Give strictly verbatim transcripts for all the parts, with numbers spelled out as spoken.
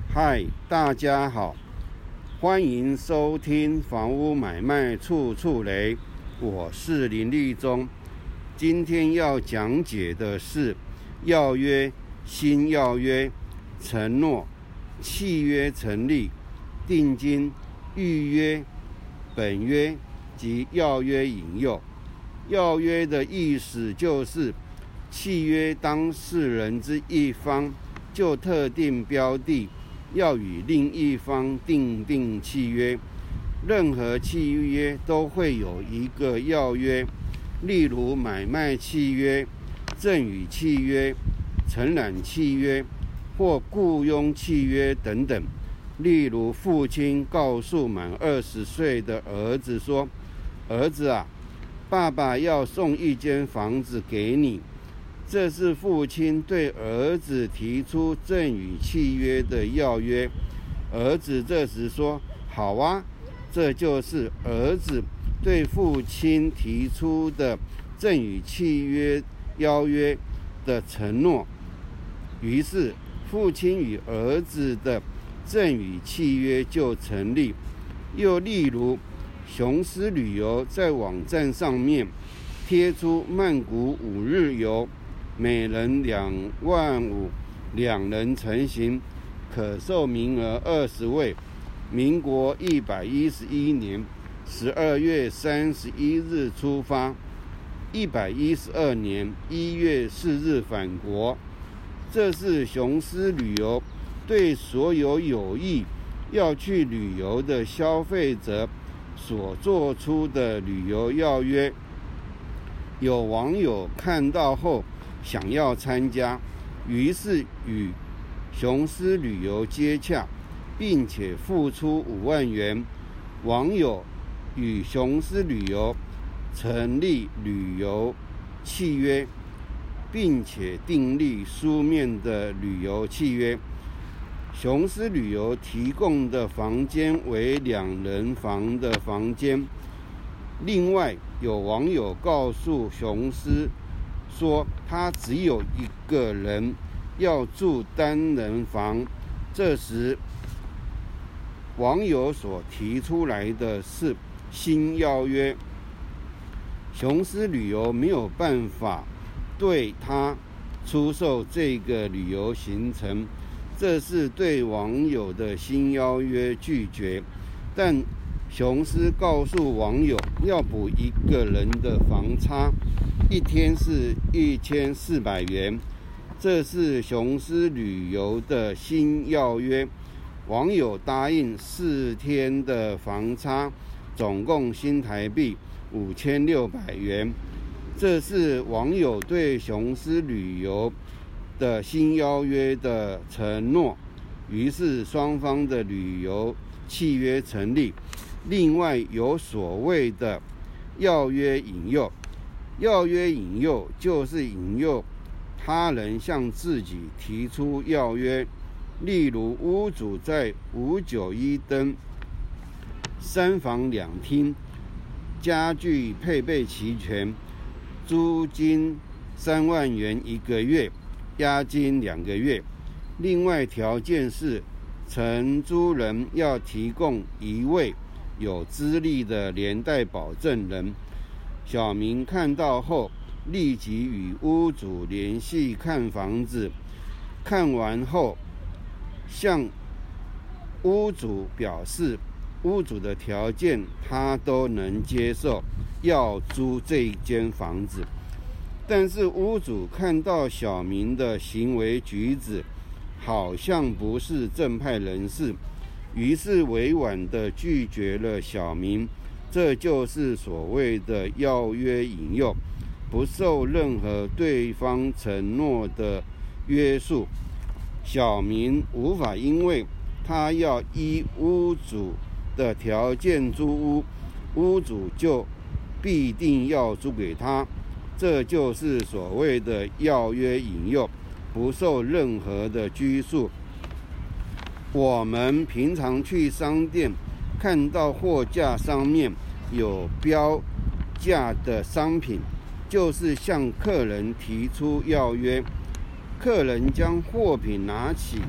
嗨，大家好，欢迎收听房屋买卖处处雷，我是林立忠。今天要讲解的是要约、新要约、承诺、契约成立、定金、预约、本约及要约引诱。要约的意思就是契约当事人之一方就特定标的要与另一方订定契约，任何契约都会有一个要约，例如买卖契约、赠与契约、承揽契约或雇佣契约等等。例如父亲告诉满二十岁的儿子说：儿子啊，爸爸要送一间房子给你。这是父亲对儿子提出赠与契约的要约，儿子这时说好啊，这就是儿子对父亲提出的赠与契约邀约的承诺。于是父亲与儿子的赠与契约就成立。又例如雄狮旅游在网站上面贴出曼谷五日游，每人两万五，两人成行，可售名额二十位。民国一百一十一年十二月三十一日出发，一百一十二年一月四日返国。这是雄狮旅游对所有有意要去旅游的消费者所做出的旅游要约。有网友看到后想要参加，于是与雄狮旅游接洽，并且付出五万元。网友与雄狮旅游成立旅游契约，并且订立书面的旅游契约。雄狮旅游提供的房间为两人房的房间。另外，有网友告诉雄狮说他只有一个人要住单人房。这时网友所提出来的是新要约，雄狮旅游没有办法对他出售这个旅游行程，这是对网友的新邀约拒绝。但雄狮告诉网友要补一个人的房差，一天是一千四百元，这是雄狮旅游的新要约。网友答应四天的房差，总共新台币五千六百元。这是网友对雄狮旅游的新邀约的承诺，于是双方的旅游契约成立。另外有所谓的要约引诱，要约引诱就是引诱他人向自己提出要约。例如屋主在五九一登三房两厅，家具配备齐全，租金三万元一个月，押金两个月。另外条件是承租人要提供一位有资历的连带保证人。小明看到后立即与屋主联系看房子，看完后向屋主表示屋主的条件他都能接受，要租这间房子。但是屋主看到小明的行为举止好像不是正派人士，于是委婉地拒绝了小明。这就是所谓的要约引诱，不受任何对方承诺的约束。小明无法因为他要依屋主的条件租屋，屋主就必定要租给他。这就是所谓的要约引诱，不受任何的拘束。我们平常去商店看到货架上面有标价的商品，就是向客人提出要约。客人将货品拿起，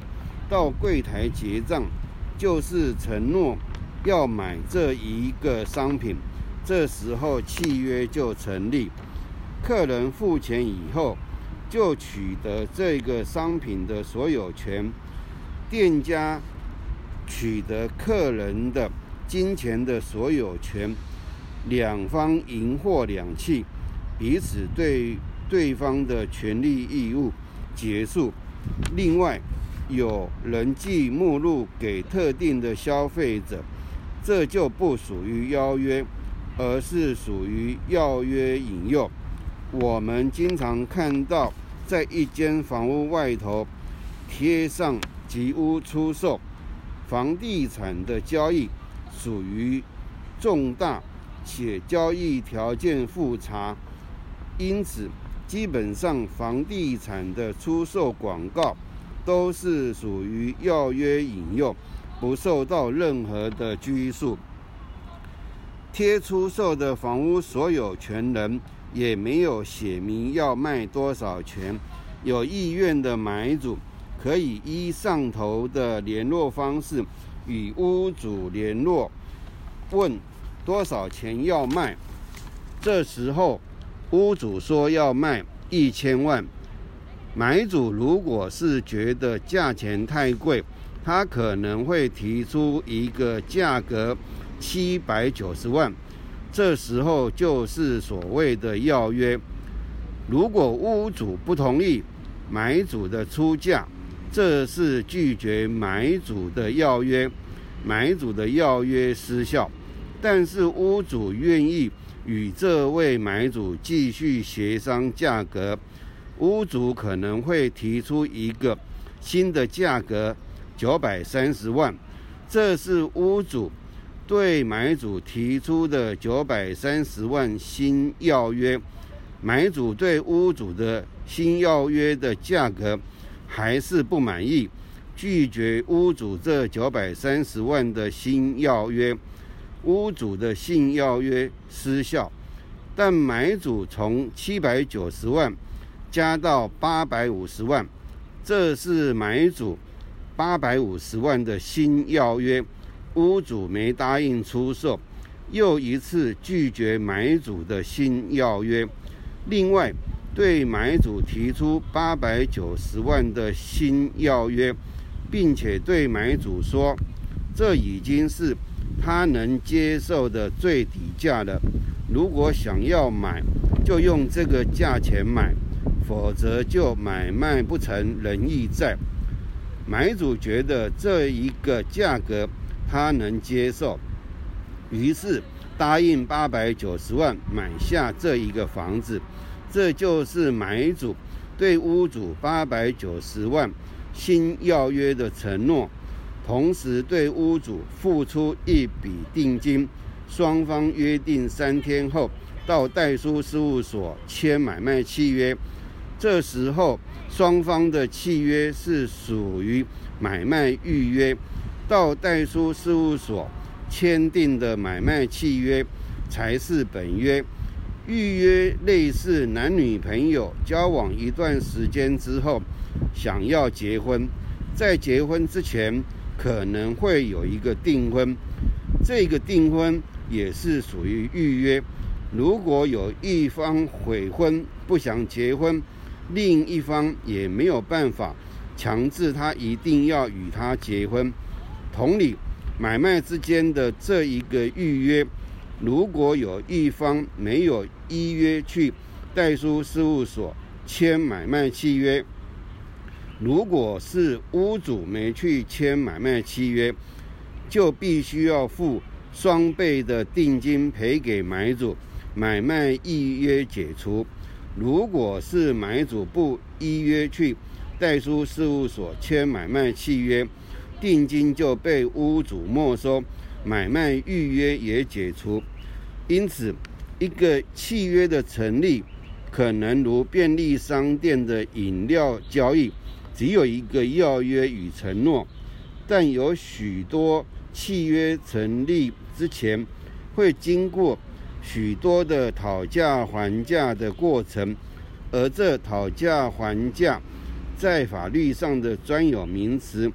到柜台结账，就是承诺要买这一个商品，这时候契约就成立。客人付钱以后，就取得这个商品的所有权，店家取得客人的金钱的所有权，两方赢货两讫，彼此对对方的权利义务结束。另外，有人寄目录给特定的消费者，这就不属于邀约，而是属于要约引诱。我们经常看到，在一间房屋外头贴上吉屋出售，房地产的交易属于重大且交易条件复杂，因此基本上房地产的出售广告都是属于要约引诱，不受到任何的拘束。贴出售的房屋所有权人也没有写明要卖多少钱，有意愿的买主可以依上头的联络方式与屋主联络，问多少钱要卖。这时候屋主说要卖一千万，买主如果是觉得价钱太贵，他可能会提出一个价格七百九十万，这时候就是所谓的要约。如果屋主不同意买主的出价，这是拒绝买主的要约，买主的要约失效。但是屋主愿意与这位买主继续协商价格，屋主可能会提出一个新的价格九百三十万，这是屋主对买主提出的九百三十万新要约。买主对屋主的新要约的价格还是不满意，拒绝屋主这九百三十万的新要约，屋主的新要约失效。但买主从七百九十万加到八百五十万，这是买主八百五十万的新要约，屋主没答应出售，又一次拒绝买主的新要约。另外，对买主提出八百九十万的新要约，并且对买主说，这已经是他能接受的最底价了，如果想要买，就用这个价钱买，否则就买卖不成仁义在。买主觉得这一个价格他能接受，于是答应八百九十万买下这一个房子。这就是买主对屋主八百九十万新要约的承诺，同时对屋主付出一笔定金，双方约定三天后到代书事务所签买卖契约。这时候双方的契约是属于买卖预约，到代书事务所签订的买卖契约才是本约。预约类似男女朋友交往一段时间之后想要结婚，在结婚之前可能会有一个订婚，这个订婚也是属于预约。如果有一方悔婚不想结婚，另一方也没有办法强制他一定要与他结婚。同理，买卖之间的这一个预约，如果有一方没有依约去代书事务所签买卖契约，如果是屋主没去签买卖契约，就必须要付双倍的定金赔给买主，买卖依约解除。如果是买主不依约去代书事务所签买卖契约，定金就被屋主没收，买卖预约也解除。因此，一个契约的成立，可能如便利商店的饮料交易，只有一个要约与承诺，但有许多契约成立之前，会经过许多的讨价还价的过程，而这讨价还价在法律上的专有名词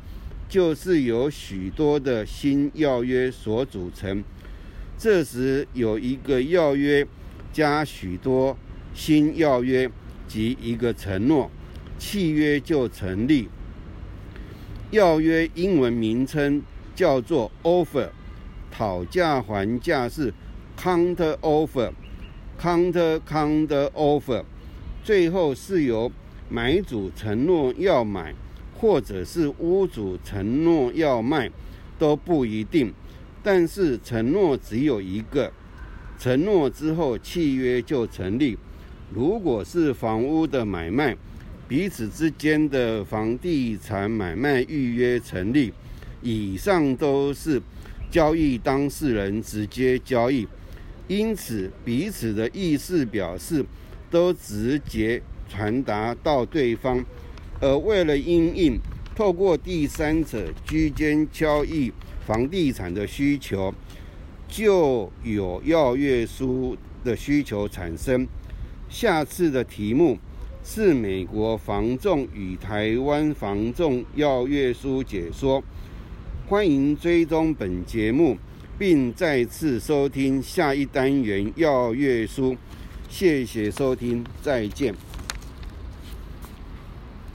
就是由许多的新要约所组成。这时有一个要约加许多新要约及一个承诺，契约就成立。要约英文名称叫做 offer， 讨价还价是 counter offer， counter counter offer。 最后是由买主承诺要买，或者是屋主承诺要卖，都不一定。但是承诺只有一个，承诺之后契约就成立。如果是房屋的买卖，彼此之间的房地产买卖预约成立，以上都是交易当事人直接交易，因此彼此的意思表示都直接传达到对方。而为了因应透过第三者居间交易房地产的需求，就有要约书的需求产生。下次的题目是美国房仲与台湾房仲要约书解说。欢迎追踪本节目，并再次收听下一单元要约书。谢谢收听，再见。